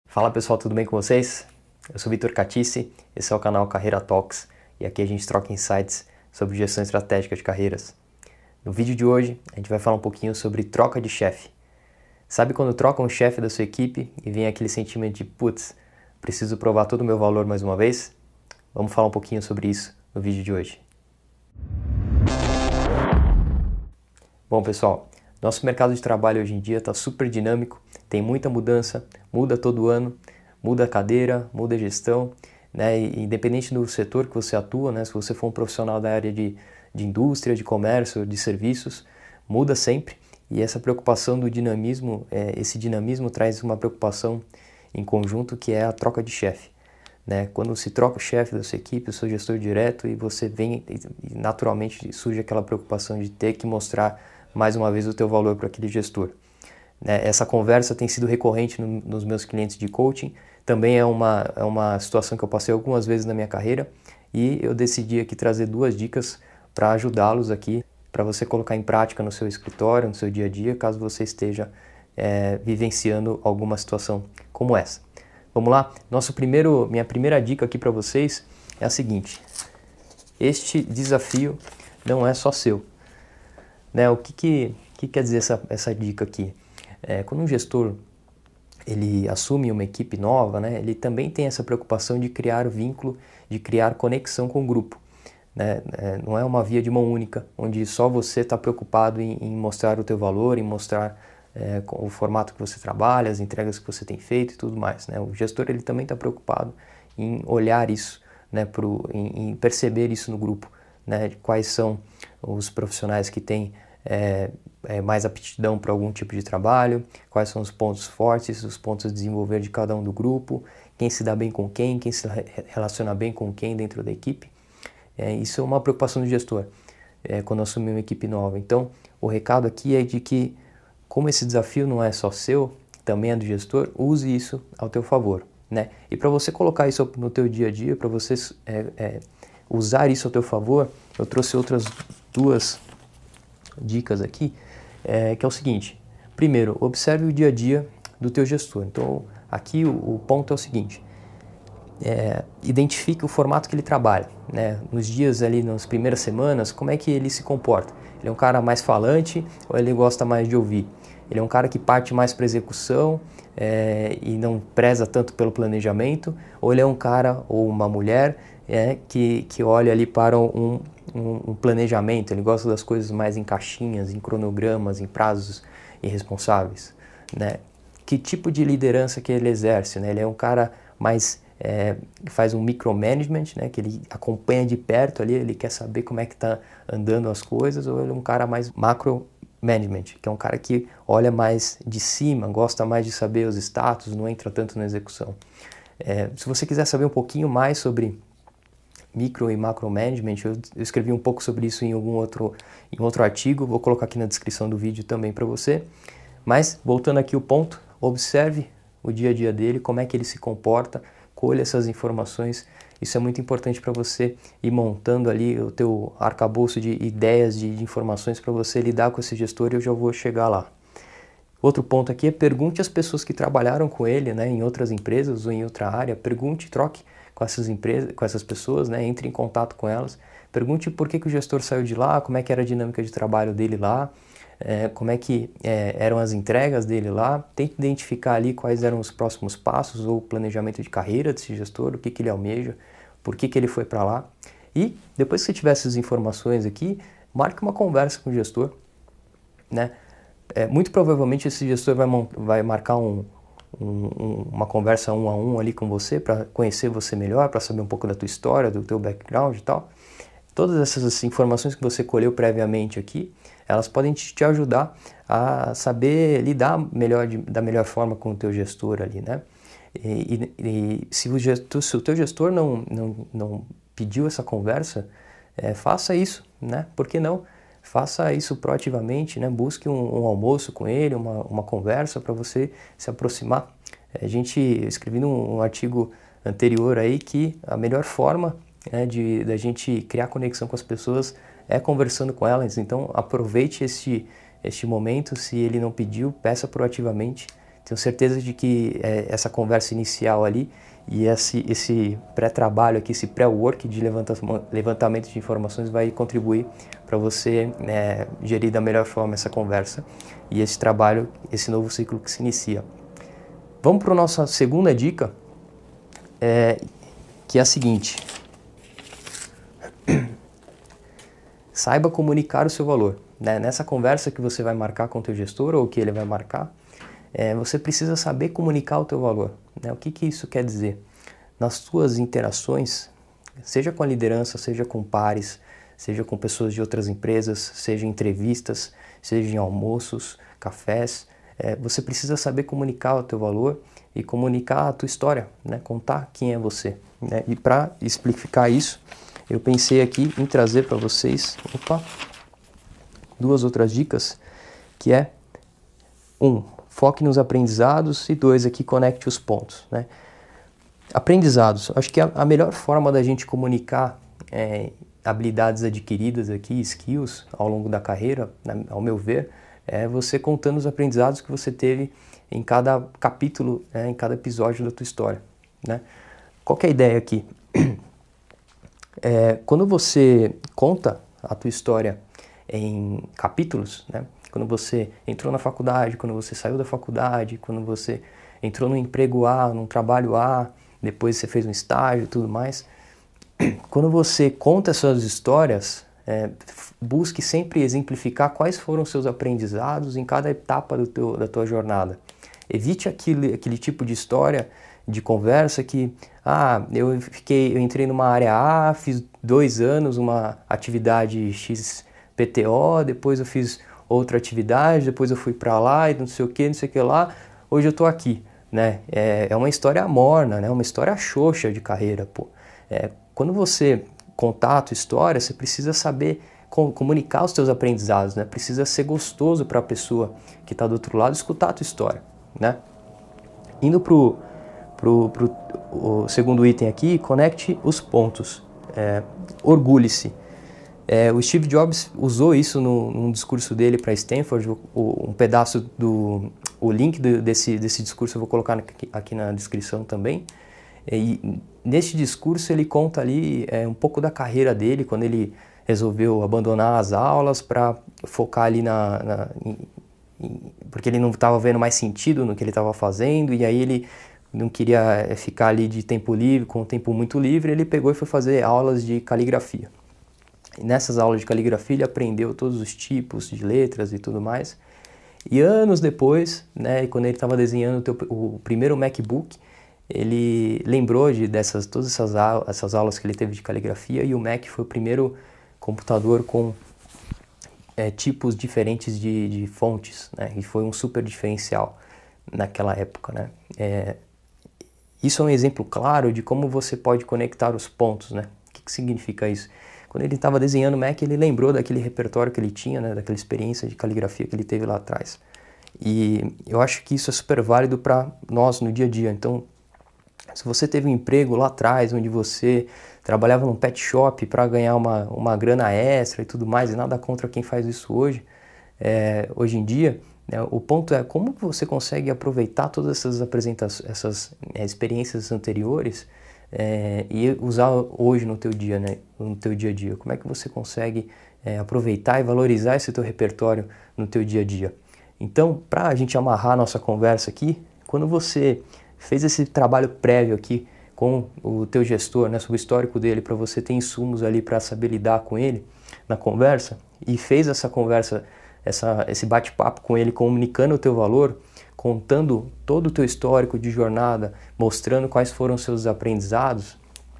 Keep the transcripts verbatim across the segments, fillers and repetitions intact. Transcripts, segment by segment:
Fala pessoal, tudo bem com vocês? Eu sou Vitor Catice, esse é o canal Carreira Talks e aqui a gente troca insights sobre gestão estratégica de carreiras. No vídeo de hoje a gente vai falar um pouquinho sobre troca de chefe. Sabe quando troca um chefe da sua equipe e vem aquele sentimento de putz, preciso provar todo o meu valor mais uma vez? Vamos falar um pouquinho sobre isso no vídeo de hoje. Bom pessoal, nosso mercado de trabalho hoje em dia está super dinâmico, tem muita mudança, muda todo ano, muda a cadeira, muda a gestão, né? E independente do setor que você atua, né? Se você for um profissional da área de, de indústria, de comércio, de serviços, muda sempre. E essa preocupação do dinamismo, é, esse dinamismo traz uma preocupação em conjunto que é a troca de chefe. Né? Quando se troca o chefe da sua equipe, o seu gestor direto, e você vem, e naturalmente surge aquela preocupação de ter que mostrar mais uma vez o teu valor para aquele gestor. Né? Essa conversa tem sido recorrente no, nos meus clientes de coaching, também é uma, é uma situação que eu passei algumas vezes na minha carreira e eu decidi aqui trazer duas dicas para ajudá-los aqui, para você colocar em prática no seu escritório, no seu dia a dia, caso você esteja é, vivenciando alguma situação como essa. Vamos lá? Nosso primeiro, minha primeira dica aqui para vocês é a seguinte: este desafio não é só seu. Né, o que, que, que quer dizer essa, essa dica aqui? É, quando um gestor ele assume uma equipe nova, né, ele também tem essa preocupação de criar vínculo, de criar conexão com o grupo. Né? É, não é uma via de mão única, onde só você está preocupado em, em mostrar o teu valor, em mostrar é, o formato que você trabalha, as entregas que você tem feito e tudo mais. Né? O gestor ele também está preocupado em olhar isso, né, pro, em, em perceber isso no grupo. Né, de quais são os profissionais que têm é, é, mais aptidão para algum tipo de trabalho, quais são os pontos fortes, os pontos a desenvolver de cada um do grupo, quem se dá bem com quem, quem se relaciona bem com quem dentro da equipe. É, isso é uma preocupação do gestor é, quando assumir uma equipe nova. Então, o recado aqui é de que, como esse desafio não é só seu, também é do gestor, use isso ao teu favor. Né? E para você colocar isso no teu dia a dia, para você é, é, usar isso a teu favor, eu trouxe outras duas dicas aqui, é, que é o seguinte: primeiro, observe o dia a dia do teu gestor. Então, aqui o, o ponto é o seguinte: é, identifique o formato que ele trabalha, né? Nos dias ali, nas primeiras semanas, como é que ele se comporta? Ele é um cara mais falante ou ele gosta mais de ouvir? Ele é um cara que parte mais para execução é, e não preza tanto pelo planejamento? Ou ele é um cara ou uma mulher é, que, que olha ali para um, um, um planejamento? Ele gosta das coisas mais em caixinhas, em cronogramas, em prazos irresponsáveis? Né? Que tipo de liderança que ele exerce? Né? Ele é um cara mais... É, faz um micromanagement, né, que ele acompanha de perto ali, ele quer saber como é que está andando as coisas, ou ele é um cara mais macro management, que é um cara que olha mais de cima, gosta mais de saber os status, não entra tanto na execução. É, se você quiser saber um pouquinho mais sobre micro e macro management, eu, eu escrevi um pouco sobre isso em algum outro, em outro artigo, vou colocar aqui na descrição do vídeo também para você. Mas, voltando aqui ao ponto, observe o dia a dia dele, como é que ele se comporta, colha essas informações. Isso é muito importante para você ir montando ali o teu arcabouço de ideias, de, de informações para você lidar com esse gestor, e eu já vou chegar lá. Outro ponto aqui é pergunte às pessoas que trabalharam com ele, né, em outras empresas ou em outra área. Pergunte, troque com essas empresas, com essas pessoas, né, entre em contato com elas. Pergunte por que, que o gestor saiu de lá, como é que era a dinâmica de trabalho dele lá, é, como é que é, eram as entregas dele lá. Tente identificar ali quais eram os próximos passos ou o planejamento de carreira desse gestor, o que, que ele almeja, por que, que ele foi para lá. E depois que você tiver essas informações aqui, marque uma conversa com o gestor. Né? É, muito provavelmente esse gestor vai, vai marcar um, um, uma conversa um a um ali com você para conhecer você melhor, para saber um pouco da tua história, do teu background e tal. Todas essas informações que você colheu previamente aqui, elas podem te ajudar a saber lidar melhor, de, da melhor forma com o teu gestor ali, né? E, e, e se, o gestor, se o teu gestor não, não, não pediu essa conversa, é, faça isso, né? Por que não? Faça isso proativamente, né? Busque um, um almoço com ele, uma, uma conversa para você se aproximar. A gente, eu escrevi num um artigo anterior aí que a melhor forma, né, de da gente criar conexão com as pessoas é conversando com elas. Então aproveite este, este momento. Se ele não pediu, peça proativamente. Tenho certeza de que é, essa conversa inicial ali e esse, esse pré-trabalho aqui, esse pré-work de levantamento de informações vai contribuir para você é, gerir da melhor forma essa conversa e esse trabalho, esse novo ciclo que se inicia. Vamos para a nossa segunda dica, é, que é a seguinte. Saiba comunicar o seu valor. Né? Nessa conversa que você vai marcar com o teu gestor ou que ele vai marcar, é, você precisa saber comunicar o teu valor. Né? O que, que isso quer dizer? Nas suas interações, seja com a liderança, seja com pares, seja com pessoas de outras empresas, seja em entrevistas, seja em almoços, cafés, é, você precisa saber comunicar o teu valor e comunicar a tua história, né? Contar quem é você. Né? E para explicar isso, eu pensei aqui em trazer para vocês opa, duas outras dicas, que é um, foque nos aprendizados e dois, aqui conecte os pontos. Né? Aprendizados, acho que a, a melhor forma da gente comunicar é, habilidades adquiridas aqui, skills ao longo da carreira, né, ao meu ver, é você contando os aprendizados que você teve em cada capítulo, né, em cada episódio da tua história. Né? Qual que é a ideia aqui? É, quando você conta a tua história em capítulos, né? Quando você entrou na faculdade, quando você saiu da faculdade, quando você entrou no emprego A, num trabalho A, depois você fez um estágio e tudo mais, quando você conta essas histórias, é, busque sempre exemplificar quais foram os seus aprendizados em cada etapa do teu, da tua jornada. Evite aquele, aquele tipo de história, de conversa que, ah, eu fiquei, eu entrei numa área A, fiz dois anos uma atividade X P T O, depois eu fiz outra atividade, depois eu fui para lá e não sei o que, não sei o que lá, hoje eu tô aqui, né? É, é uma história morna, né? Uma história xoxa de carreira, pô. É, quando você contar a tua história, você precisa saber com, comunicar os teus aprendizados, né? Precisa ser gostoso para a pessoa que está do outro lado escutar a tua história, né? Indo pro Pro, pro o segundo item aqui, conecte os pontos. É, orgulhe-se. É, o Steve Jobs usou isso no, num discurso dele para Stanford. O, o, um pedaço do o link do, desse, desse discurso eu vou colocar aqui, aqui na descrição também. E neste discurso ele conta ali é, um pouco da carreira dele, quando ele resolveu abandonar as aulas para focar ali na, na em, em, porque ele não estava vendo mais sentido no que ele estava fazendo, e aí ele não queria ficar ali de tempo livre, com o tempo muito livre, ele pegou e foi fazer aulas de caligrafia. E nessas aulas de caligrafia ele aprendeu todos os tipos de letras e tudo mais. E anos depois, né, quando ele estava desenhando o, teu, o primeiro MacBook, ele lembrou de dessas, todas essas, aulas, essas aulas que ele teve de caligrafia, e o Mac foi o primeiro computador com é, tipos diferentes de, de fontes, né, e foi um super diferencial naquela época, né. É, Isso é um exemplo claro de como você pode conectar os pontos, né? O que, que significa isso? Quando ele estava desenhando o Mac, ele lembrou daquele repertório que ele tinha, né? Daquela experiência de caligrafia que ele teve lá atrás. E eu acho que isso é super válido para nós no dia a dia. Então, se você teve um emprego lá atrás, onde você trabalhava num pet shop para ganhar uma, uma grana extra e tudo mais, e nada contra quem faz isso hoje, é, hoje em dia, o ponto é como você consegue aproveitar todas essas apresentações, essas é, experiências anteriores é, e usar hoje no teu dia, né, no teu dia a dia. Como é que você consegue é, aproveitar e valorizar esse teu repertório no teu dia a dia? Então, para a gente amarrar a nossa conversa aqui, quando você fez esse trabalho prévio aqui com o teu gestor, né, sobre o histórico dele, para você ter insumos ali para saber lidar com ele na conversa, e fez essa conversa Essa, esse bate-papo com ele, comunicando o teu valor, contando todo o teu histórico de jornada, mostrando quais foram os seus aprendizados,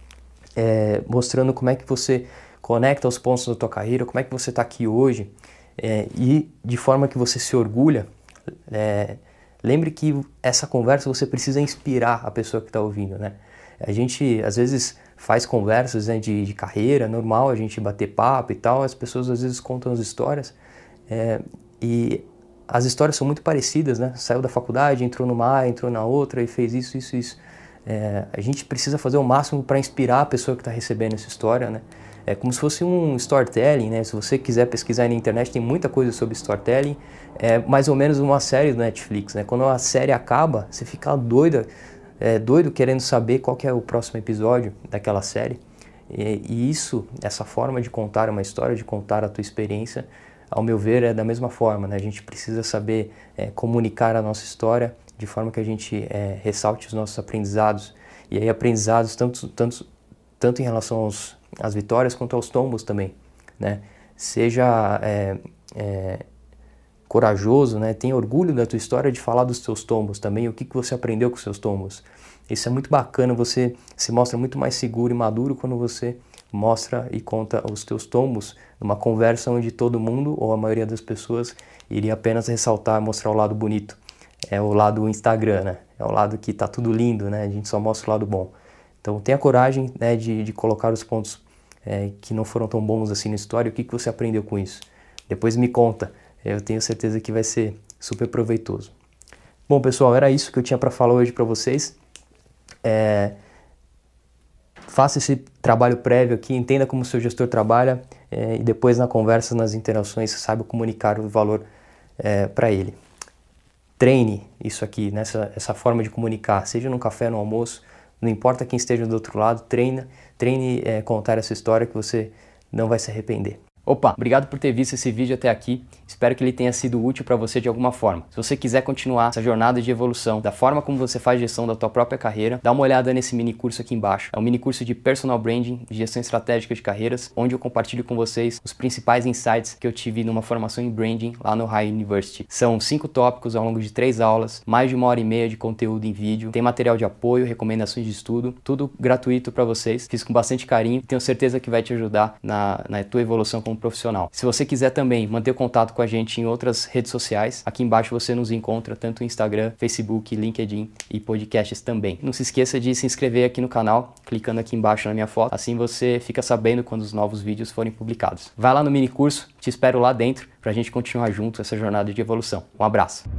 é, mostrando como é que você conecta os pontos da tua carreira, como é que você está aqui hoje, é, e de forma que você se orgulha. É, lembre que essa conversa você precisa inspirar a pessoa que está ouvindo, né? A gente, às vezes, faz conversas, né, de, de carreira, normal a gente bater papo e tal, as pessoas às vezes contam as histórias, É, e as histórias são muito parecidas, né? Saiu da faculdade, entrou numa área, entrou na outra e fez isso, isso, isso. É, a gente precisa fazer o máximo para inspirar a pessoa que está recebendo essa história, né? É como se fosse um storytelling, né? Se você quiser pesquisar aí na internet, tem muita coisa sobre storytelling. É mais ou menos uma série do Netflix, né? Quando a série acaba, você fica doida, é, doido querendo saber qual que é o próximo episódio daquela série. E, e isso, essa forma de contar uma história, de contar a tua experiência, ao meu ver, é da mesma forma, né? A gente precisa saber é, comunicar a nossa história de forma que a gente é, ressalte os nossos aprendizados. E aí aprendizados tanto, tanto, tanto em relação aos, às vitórias quanto aos tombos também, né? Seja é, é, corajoso, né? Tenha orgulho da tua história, de falar dos teus tombos também, o que, que você aprendeu com os seus tombos. Isso é muito bacana, você se mostra muito mais seguro e maduro quando você mostra e conta os teus tombos numa conversa onde todo mundo, ou a maioria das pessoas, iria apenas ressaltar, mostrar o lado bonito. É o lado Instagram, né? É o lado que tá tudo lindo, né? A gente só mostra o lado bom. Então tenha coragem, né, de, de colocar os pontos é, que não foram tão bons assim na história. O que, que você aprendeu com isso? Depois me conta. Eu tenho certeza que vai ser super proveitoso. Bom, pessoal, era isso que eu tinha para falar hoje para vocês. É... Faça esse trabalho prévio aqui, entenda como o seu gestor trabalha é, e depois na conversa, nas interações, saiba comunicar o valor é, para ele. Treine isso aqui, nessa essa forma de comunicar, seja no café, no almoço, não importa quem esteja do outro lado, treina, treine é, contar essa história que você não vai se arrepender. Opa, obrigado por ter visto esse vídeo até aqui, espero que ele tenha sido útil para você de alguma forma. Se você quiser continuar essa jornada de evolução, da forma como você faz gestão da tua própria carreira, dá uma olhada nesse mini curso aqui embaixo. É um mini curso de Personal Branding, de gestão estratégica de carreiras, onde eu compartilho com vocês os principais insights que eu tive numa formação em Branding lá no High University. São cinco tópicos ao longo de três aulas, mais de uma hora e meia de conteúdo em vídeo, tem material de apoio, recomendações de estudo, tudo gratuito para vocês, fiz com bastante carinho e tenho certeza que vai te ajudar na, na tua evolução como profissional. Se você quiser também manter contato com a gente em outras redes sociais, aqui embaixo você nos encontra tanto no Instagram, Facebook, LinkedIn e podcasts também. Não se esqueça de se inscrever aqui no canal, clicando aqui embaixo na minha foto, assim você fica sabendo quando os novos vídeos forem publicados. Vai lá no mini curso, te espero lá dentro pra gente continuar junto essa jornada de evolução. Um abraço!